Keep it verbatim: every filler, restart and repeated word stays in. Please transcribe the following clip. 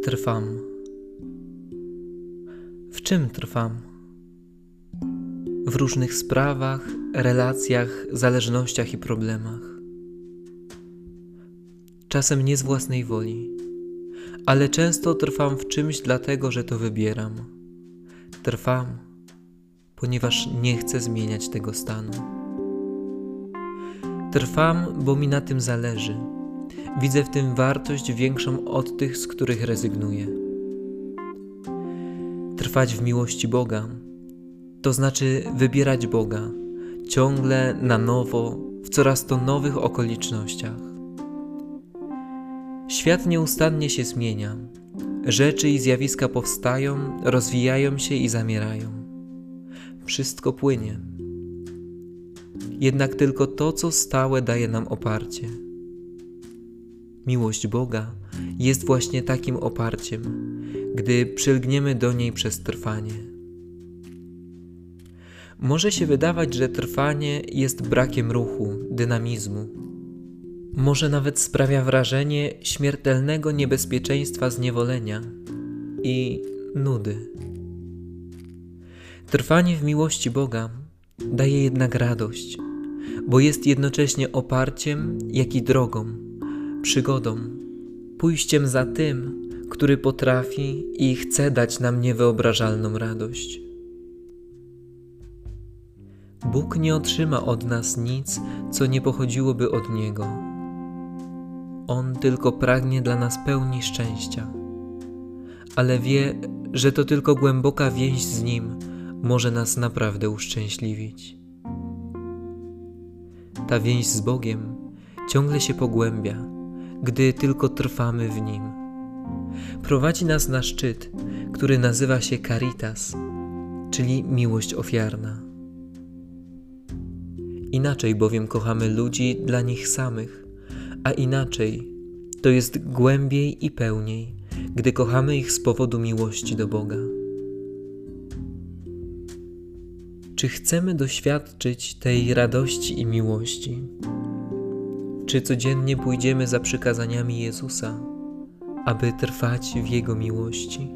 Trwam. W czym trwam? W różnych sprawach, relacjach, zależnościach i problemach. Czasem nie z własnej woli, ale często trwam w czymś dlatego, że to wybieram. Trwam, ponieważ nie chcę zmieniać tego stanu. Trwam, bo mi na tym zależy. Widzę w tym wartość większą od tych, z których rezygnuję. Trwać w miłości Boga to znaczy wybierać Boga ciągle na nowo, w coraz to nowych okolicznościach. Świat nieustannie się zmienia. Rzeczy i zjawiska powstają, rozwijają się i zamierają. Wszystko płynie. Jednak tylko to, co stałe, daje nam oparcie. Miłość Boga jest właśnie takim oparciem, gdy przylgniemy do niej przez trwanie. Może się wydawać, że trwanie jest brakiem ruchu, dynamizmu. Może nawet sprawia wrażenie śmiertelnego niebezpieczeństwa zniewolenia i nudy. Trwanie w miłości Boga daje jednak radość, bo jest jednocześnie oparciem, jak i drogą, przygodą, pójściem za tym, który potrafi i chce dać nam niewyobrażalną radość. Bóg nie otrzyma od nas nic, co nie pochodziłoby od Niego. On tylko pragnie dla nas pełni szczęścia, ale wie, że to tylko głęboka więź z Nim może nas naprawdę uszczęśliwić. Ta więź z Bogiem ciągle się pogłębia, gdy tylko trwamy w Nim. Prowadzi nas na szczyt, który nazywa się caritas, czyli miłość ofiarna. Inaczej bowiem kochamy ludzi dla nich samych, a inaczej to jest głębiej i pełniej, gdy kochamy ich z powodu miłości do Boga. Czy chcemy doświadczyć tej radości i miłości? Czy codziennie pójdziemy za przykazaniami Jezusa, aby trwać w Jego miłości?